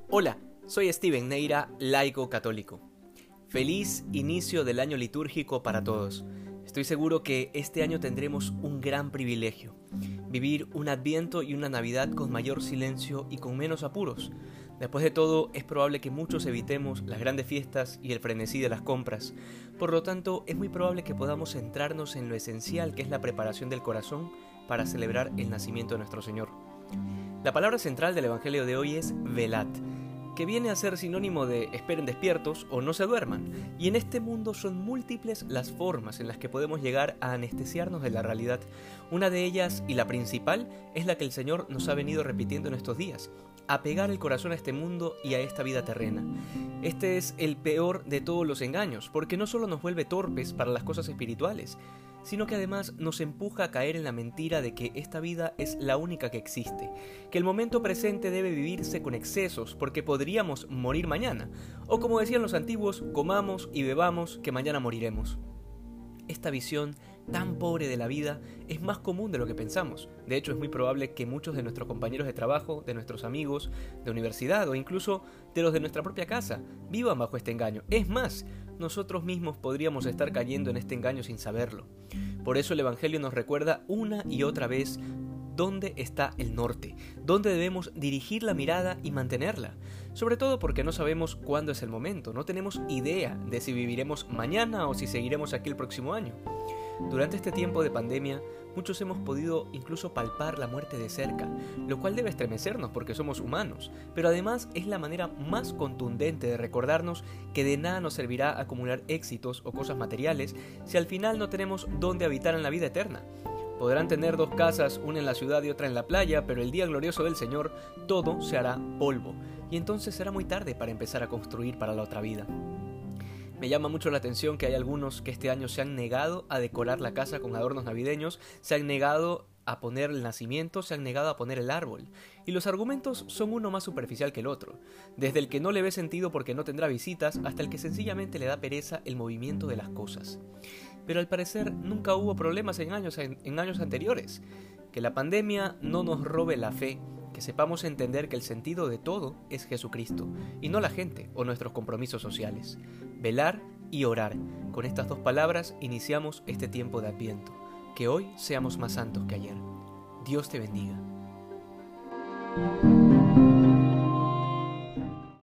Hola, soy Steven Neira, laico católico. Feliz inicio del año litúrgico para todos. Estoy seguro que este año tendremos un gran privilegio: vivir un Adviento y una Navidad con mayor silencio y con menos apuros. Después de todo, es probable que muchos evitemos las grandes fiestas y el frenesí de las compras. Por lo tanto, es muy probable que podamos centrarnos en lo esencial, que es la preparación del corazón para celebrar el nacimiento de nuestro Señor. La palabra central del Evangelio de hoy es velad, que viene a ser sinónimo de esperen despiertos o no se duerman. Y en este mundo son múltiples las formas en las que podemos llegar a anestesiarnos de la realidad. Una de ellas, y la principal, es la que el Señor nos ha venido repitiendo en estos días: apegar el corazón a este mundo y a esta vida terrena. Este es el peor de todos los engaños, porque no solo nos vuelve torpes para las cosas espirituales, sino que además nos empuja a caer en la mentira de que esta vida es la única que existe, que el momento presente debe vivirse con excesos porque podríamos morir mañana, o como decían los antiguos, comamos y bebamos que mañana moriremos. Esta visión tan pobre de la vida es más común de lo que pensamos. De hecho, es muy probable que muchos de nuestros compañeros de trabajo, de nuestros amigos, de universidad o incluso de los de nuestra propia casa vivan bajo este engaño. Es más, nosotros mismos podríamos estar cayendo en este engaño sin saberlo. Por eso el Evangelio nos recuerda una y otra vez dónde está el norte, dónde debemos dirigir la mirada y mantenerla. Sobre todo porque no sabemos cuándo es el momento, no tenemos idea de si viviremos mañana o si seguiremos aquí el próximo año. Durante este tiempo de pandemia, muchos hemos podido incluso palpar la muerte de cerca, lo cual debe estremecernos porque somos humanos, pero además es la manera más contundente de recordarnos que de nada nos servirá acumular éxitos o cosas materiales si al final no tenemos dónde habitar en la vida eterna. Podrán tener dos casas, una en la ciudad y otra en la playa, pero el día glorioso del Señor todo se hará polvo, y entonces será muy tarde para empezar a construir para la otra vida. Me llama mucho la atención que hay algunos que este año se han negado a decorar la casa con adornos navideños, se han negado a poner el nacimiento, se han negado a poner el árbol. Y los argumentos son uno más superficial que el otro, desde el que no le ve sentido porque no tendrá visitas, hasta el que sencillamente le da pereza el movimiento de las cosas. Pero al parecer nunca hubo problemas en años anteriores. Que la pandemia no nos robe la fe, que sepamos entender que el sentido de todo es Jesucristo, y no la gente o nuestros compromisos sociales. Velar y orar. Con estas dos palabras iniciamos este tiempo de Adviento. Que hoy seamos más santos que ayer. Dios te bendiga.